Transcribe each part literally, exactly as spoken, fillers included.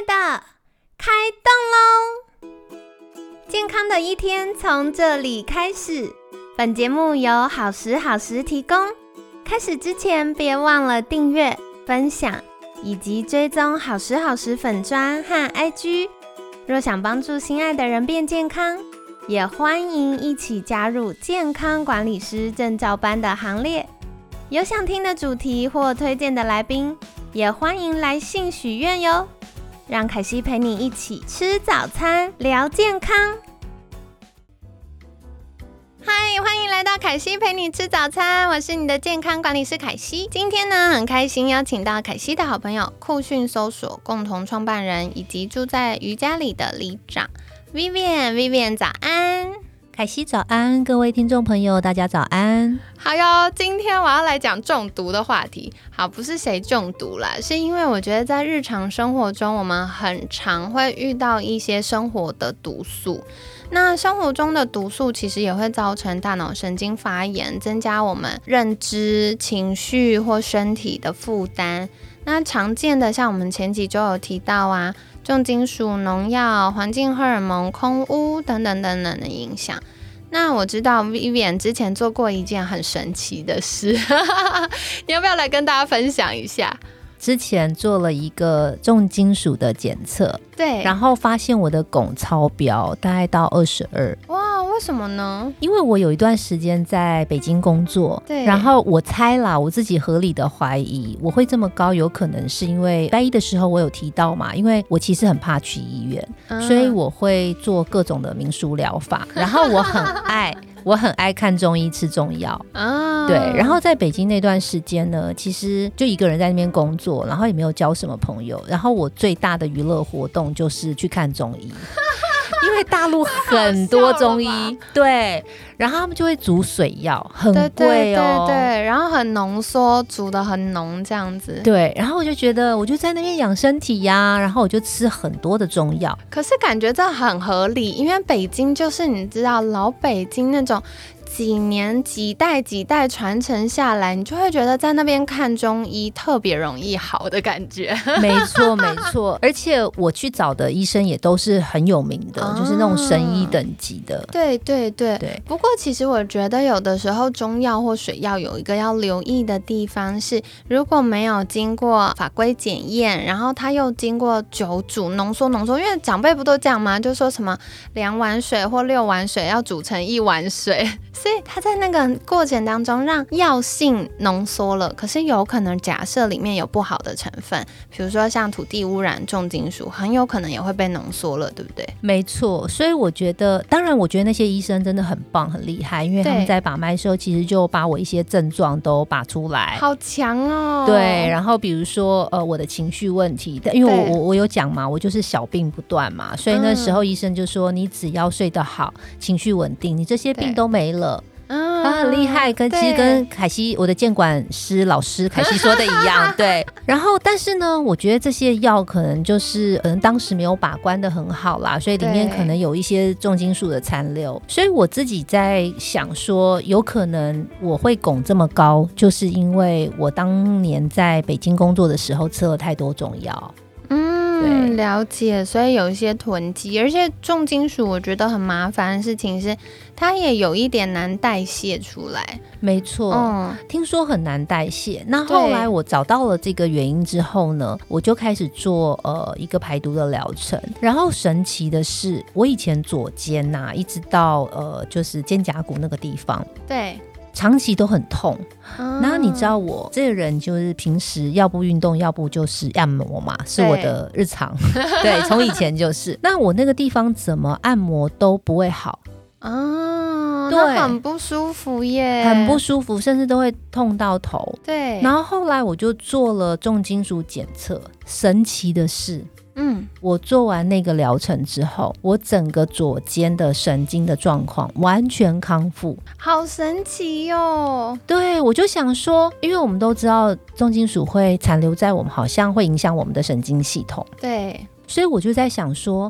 的，开动咯！健康的一天从这里开始。本节目由好时好时提供。开始之前别忘了订阅、分享以及追踪好时好时粉专和 I G。 若想帮助心爱的人变健康，也欢迎一起加入健康管理师证照班的行列。有想听的主题或推荐的来宾，也欢迎来信许愿哟。让凯西陪你一起吃早餐，聊健康。嗨，欢迎来到凯西陪你吃早餐，我是你的健康管理师凯西。今天呢，很开心邀请到凯西的好朋友酷讯搜索共同创办人以及住在瑜伽里的里长 Vivian。 Vivian 早安。 凯西早安，各位听众朋友大家早安。 好哟，今天我要来讲中毒的话题。好，不是谁中毒啦，是因为我觉得在日常生活中我们很常会遇到一些生活的毒素。那生活中的毒素其实也会造成大脑神经发炎，增加我们认知、情绪或身体的负担。那常见的像我们前几周有提到啊，重金属、农药、环境荷尔蒙、空污等等等等的影响。那我知道 Vivian 之前做过一件很神奇的事你要不要来跟大家分享一下？ 之前做了一个重金属的检测， 对， 然后发现我的汞超标，大概到二十二。 哇，为什么呢？ 因为我有一段时间在北京工作， 对， 然后我猜啦，我自己合理的怀疑我会这么高，有可能是因为拜一的时候我有提到嘛，因为我其实很怕去医院、嗯、所以我会做各种的民俗疗法，然后我很爱我很爱看中医吃中药、哦、对。然后在北京那段时间呢，其实就一个人在那边工作，然后也没有交什么朋友，然后我最大的娱乐活动就是去看中医因为大陆很多中医，对，然后他们就会煮水药，很贵哦， 对对对对，然后很浓缩，煮得很浓这样子， 对。然后我就觉得我就在那边养身体呀、啊，然后我就吃很多的中药。 可是感觉这很合理，因为北京就是你知道老北京那种几年几代几代传承下来，你就会觉得在那边看中医特别容易好的感觉没错没错，而且我去找的医生也都是很有名的、哦、就是那种神医等级的。 对对对对。 不过其实我觉得有的时候中药或水药有一个要留意的地方是，如果没有经过法规检验，然后它又经过酒煮浓缩浓缩，因为长辈不都这样吗？就说什么两碗水或六碗水要煮成一碗水，所以它在那个过程当中让药性浓缩了，可是有可能假设里面有不好的成分，比如说像土地污染、重金属，很有可能也会被浓缩了，对不对？ 没错。所以我觉得，当然我觉得那些医生真的很棒很厉害，因为他们在把脉的时候其实就把我一些症状都把出来。 好强哦。 对，然后比如说呃我的情绪问题，因为我我我有讲嘛，我就是小病不断嘛，所以那时候医生就说、嗯、你只要睡得好，情绪稳定，你这些病都没了。嗯，他很厉害，跟其实跟凯西我的监管师老师凯西说的一样对。然后但是呢，我觉得这些药可能就是可能当时没有把关的很好啦，所以里面可能有一些重金属的残留，所以我自己在想说有可能我会汞这么高，就是因为我当年在北京工作的时候吃了太多中药。 嗯，了解。所以有一些囤积，而且重金属我觉得很麻烦的事情是它也有一点难代谢出来。 没错、嗯、听说很难代谢。那后来我找到了这个原因之后呢，我就开始做呃一个排毒的疗程。然后神奇的是，我以前左肩啊一直到呃就是肩胛骨那个地方， 对， 长期都很痛、 嗯、 然后你知道我这个人就是平时要不运动要不就是按摩嘛，是我的日常对，从以前就是那我那个地方怎么按摩都不会好啊，对，很不舒服耶， 很不舒服，甚至都会痛到头。 对， 然后后来我就做了重金属检测，神奇的是嗯，我做完那个疗程之后，我整个左肩的神经的状况完全康复。 好神奇哦。 对，我就想说，因为我们都知道重金属会残留在我们，好像会影响我们的神经系统， 对， 所以我就在想说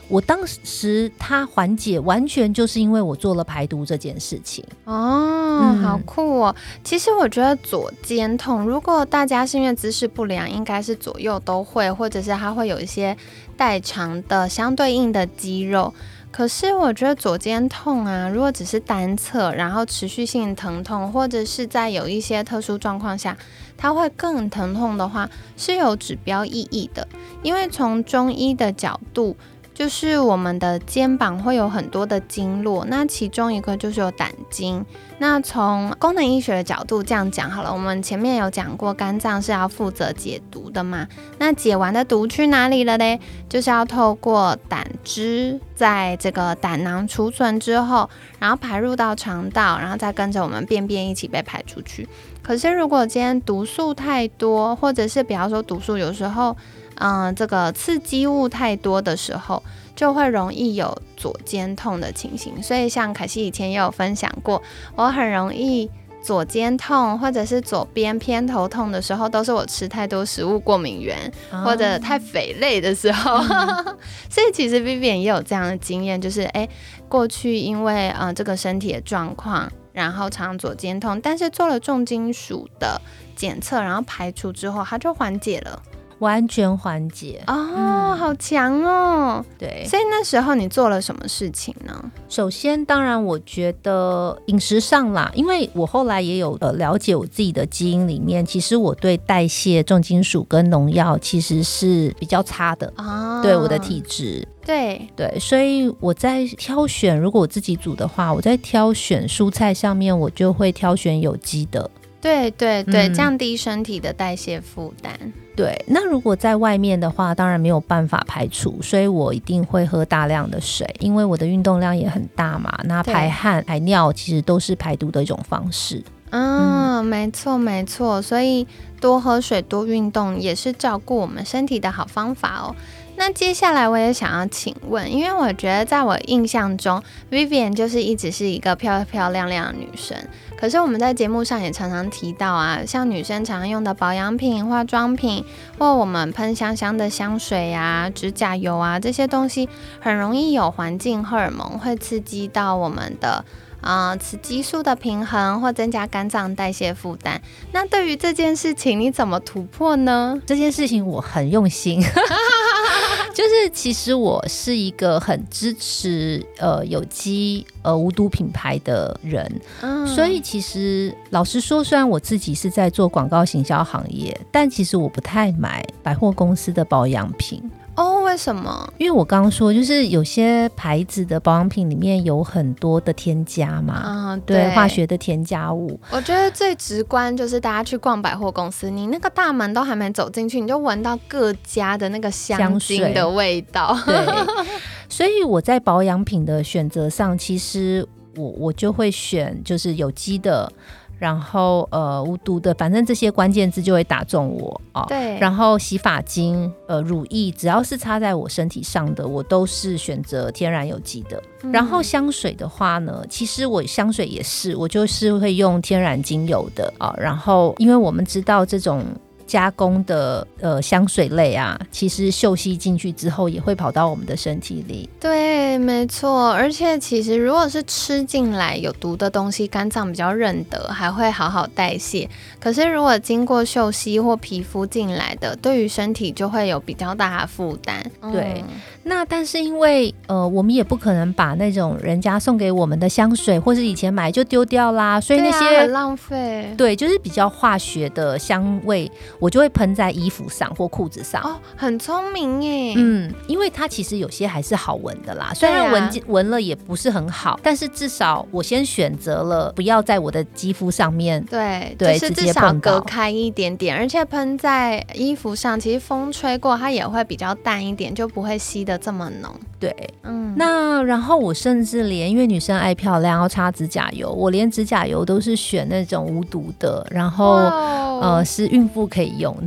我当时它缓解完全就是因为我做了排毒这件事情。 哦、嗯、好酷哦。其实我觉得左肩痛，如果大家是因为姿势不良，应该是左右都会，或者是它会有一些代偿的相对应的肌肉。可是我觉得左肩痛啊，如果只是单侧，然后持续性疼痛，或者是在有一些特殊状况下它会更疼痛的话，是有指标意义的。因为从中医的角度，就是我们的肩膀会有很多的经络，那其中一个就是有胆经。那从功能医学的角度这样讲好了，我们前面有讲过肝脏是要负责解毒的嘛，那解完的毒去哪里了呢？就是要透过胆汁在这个胆囊储存之后，然后排入到肠道，然后再跟着我们便便一起被排出去。可是如果今天毒素太多，或者是比方说毒素有时候嗯，这个刺激物太多的时候，就会容易有左肩痛的情形。所以像凯西以前也有分享过，我很容易左肩痛或者是左边偏头痛的时候，都是我吃太多食物过敏原、哦、或者太肥类的时候、嗯、所以其实 Vivian 也有这样的经验，就是哎，过去因为、呃、这个身体的状况，然后常左肩痛，但是做了重金属的检测，然后排除之后它就缓解了， 完全缓解哦、嗯，好强哦！ 对， 所以那时候你做了什么事情呢？ 首先，当然我觉得饮食上啦，因为我后来也有呃了解我自己的基因里面，其实我对代谢重金属跟农药其实是比较差的哦，对我的体质。 对对，所以我在挑选，如果我自己煮的话，我在挑选蔬菜上面，我就会挑选有机的。 对对对、嗯，降低身体的代谢负担。 对，那如果在外面的话，当然没有办法排除，所以我一定会喝大量的水，因为我的运动量也很大嘛，那排汗排尿其实都是排毒的一种方式。 嗯，没错没错，所以多喝水多运动也是照顾我们身体的好方法哦。那接下来我也想要请问，因为我觉得在我印象中 Vivian 就是一直是一个漂漂亮亮的女生，可是我们在节目上也常常提到啊，像女生常用的保养品、化妆品，或我们喷香香的香水啊、指甲油啊，这些东西很容易有环境荷尔蒙会刺激到我们的呃，雌激素的平衡，或增加肝脏代谢负担。那对于这件事情你怎么突破呢？ 这件事情我很用心就是其实我是一个很支持呃有机呃无毒品牌的人、嗯、所以其实老实说，虽然我自己是在做广告行销行业，但其实我不太买百货公司的保养品。 哦，为什么？ 因为我刚刚说就是有些牌子的保养品里面有很多的添加嘛、嗯、对, 对化学的添加物。 我觉得最直观就是大家去逛百货公司，你那个大门都还没走进去，你就闻到各家的那个香精的味道。 对，所以我在保养品的选择上，其实我我就会选就是有机的，然后呃无毒的，反正这些关键字就会打中我、哦、 对。 然后洗发精呃乳液，只要是擦在我身体上的，我都是选择天然有机的、嗯、然后香水的话呢，其实我香水也是，我就是会用天然精油的、哦、然后因为我们知道这种加工的呃香水类啊，其实嗅吸进去之后也会跑到我们的身体里。 对，没错。而且其实如果是吃进来有毒的东西，肝脏比较认得，还会好好代谢。可是如果经过嗅吸或皮肤进来的，对于身体就会有比较大的负担。 对、嗯，那但是因为呃我们也不可能把那种人家送给我们的香水或是以前买就丢掉啦，所以那些、 啊、很浪费。 对，就是比较化学的香味我就会喷在衣服上或裤子上。 哦，很聪明耶。 嗯，因为它其实有些还是好闻的啦，虽然闻闻了也不是很好，但是至少我先选择了不要在我的肌肤上面。 对对， 就是至少隔开一点点，而且喷在衣服上，其实风吹过它也会比较淡一点，就不会吸得这么浓。 对，嗯，那然后我甚至连因为女生爱漂亮要擦指甲油，我连指甲油都是选那种无毒的，然后呃是孕妇可以用的。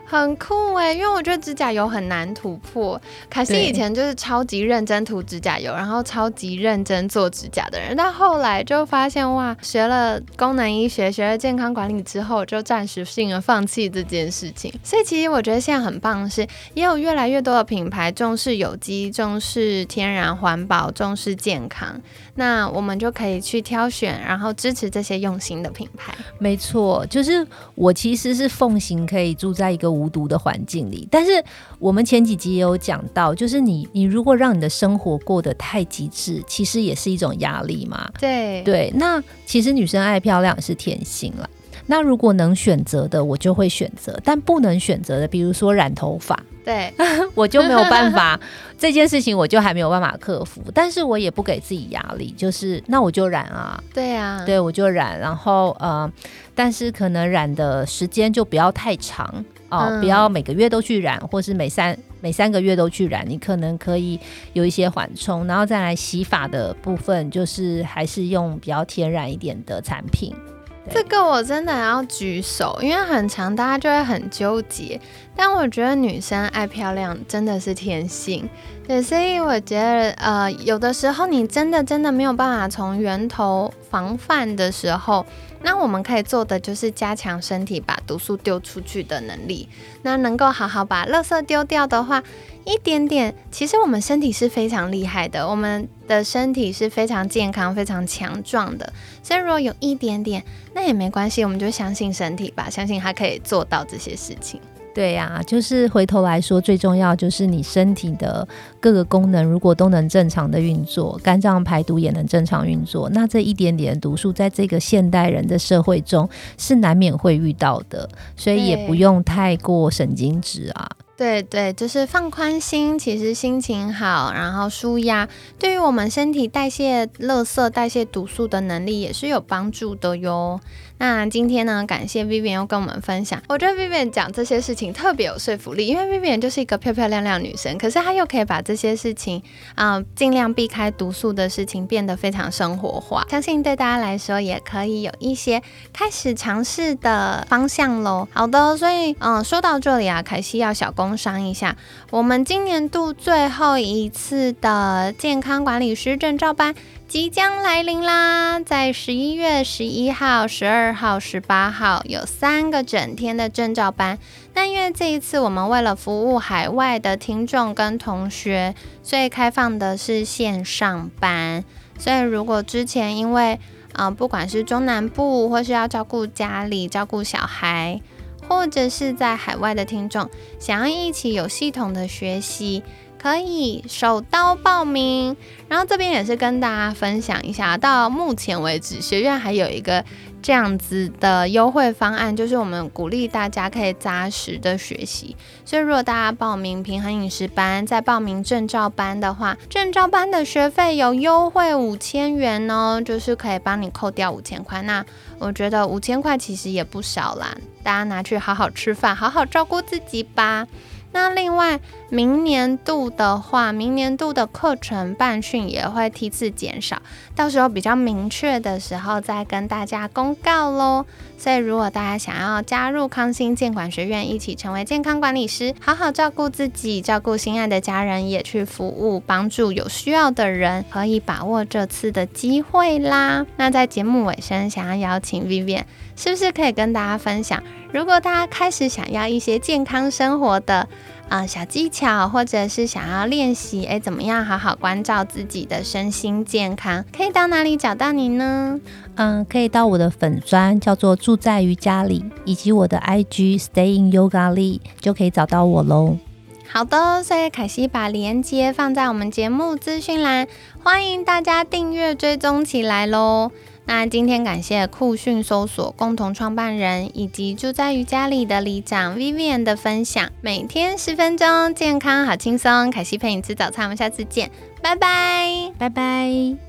很酷哎，因为我觉得指甲油很难突破。凯西以前就是超级认真涂指甲油，然后超级认真做指甲的人，但后来就发现哇，学了功能医学，学了健康管理之后，就暂时性的放弃这件事情。所以其实我觉得现在很棒的是，也有越来越多的品牌重视有机、重视天然环保、重视健康，那我们就可以去挑选，然后支持这些用心的品牌。 没错，就是我其实是奉行可以住在一个无毒的环境里，但是我们前几集也有讲到，就是你你如果让你的生活过得太极致，其实也是一种压力嘛。 对对，那其实女生爱漂亮是天性啦，那如果能选择的我就会选择，但不能选择的比如说染头发， 对我就没有办法这件事情我就还没有办法克服，但是我也不给自己压力，就是那我就染啊， 对啊， 对我就染，然后呃，但是可能染的时间就不要太长哦、嗯，不要每个月都去染，或是每三每三个月都去染，你可能可以有一些缓冲，然后再来洗发的部分，就是还是用比较天然一点的产品。 这个我真的要举手，因为很常大家就会很纠结，但我觉得女生爱漂亮真的是天性，对，所以我觉得呃，有的时候你真的真的没有办法从源头防范的时候，那我们可以做的就是加强身体把毒素丢出去的能力，那能够好好把垃圾丢掉的话，一点点，其实我们身体是非常厉害的，我们的身体是非常健康非常强壮的，所以如果有一点点那也没关系，我们就相信身体吧，相信它可以做到这些事情。 对呀、啊，就是回头来说，最重要就是你身体的各个功能如果都能正常的运作，肝脏排毒也能正常运作，那这一点点的毒素在这个现代人的社会中是难免会遇到的，所以也不用太过神经质啊。 对对，就是放宽心，其实心情好，然后舒压，对于我们身体代谢垃圾、代谢毒素的能力也是有帮助的哟。那今天呢，感谢 Vivian 又跟我们分享，我觉得 Vivian 讲这些事情特别有说服力，因为 Vivian 就是一个漂漂亮亮女生，可是她又可以把这些事情啊、呃，尽量避开毒素的事情变得非常生活化，相信对大家来说也可以有一些开始尝试的方向咯。好的，所以嗯，说到这里啊，凯西要小工商一下，我们今年度最后一次的健康管理师证照班即将来临啦，在十一月十一号、十二号、十八号有三个整天的证照班。那因为这一次我们为了服务海外的听众跟同学，所以开放的是线上班。所以如果之前因为呃不管是中南部或是要照顾家里、照顾小孩，或者是在海外的听众想要一起有系统的学习，可以手刀报名。然后这边也是跟大家分享一下，到目前为止学院还有一个这样子的优惠方案，就是我们鼓励大家可以扎实的学习，所以如果大家报名平衡饮食班再报名证照班的话，证照班的学费有优惠五千元哦，就是可以帮你扣掉五千块，那我觉得五千块其实也不少啦，大家拿去好好吃饭，好好照顾自己吧。那另外明年度的话，明年度的课程办训也会梯次减少，到时候比较明确的时候再跟大家公告咯。所以如果大家想要加入康欣健管学院，一起成为健康管理师，好好照顾自己，照顾心爱的家人，也去服务帮助有需要的人，可以把握这次的机会啦。那在节目尾声，想要邀请 Vivian， 是不是可以跟大家分享，如果大家开始想要一些健康生活的呃小技巧，或者是想要练习哎怎么样好好关照自己的身心健康，可以到哪里找到你呢？ 嗯，可以到我的粉专叫做住在瑜伽里，以及我的 I G Stay in Yoga 里，就可以找到我咯。 好的，所以凯西把连结放在我们节目资讯栏，欢迎大家订阅追踪起来咯。那今天感谢酷讯搜索共同创办人以及住在瑜伽里的里长 Vivian 的分享，每天十分钟，健康好轻松，凯西陪你吃早餐，我们下次见，拜拜， 拜拜。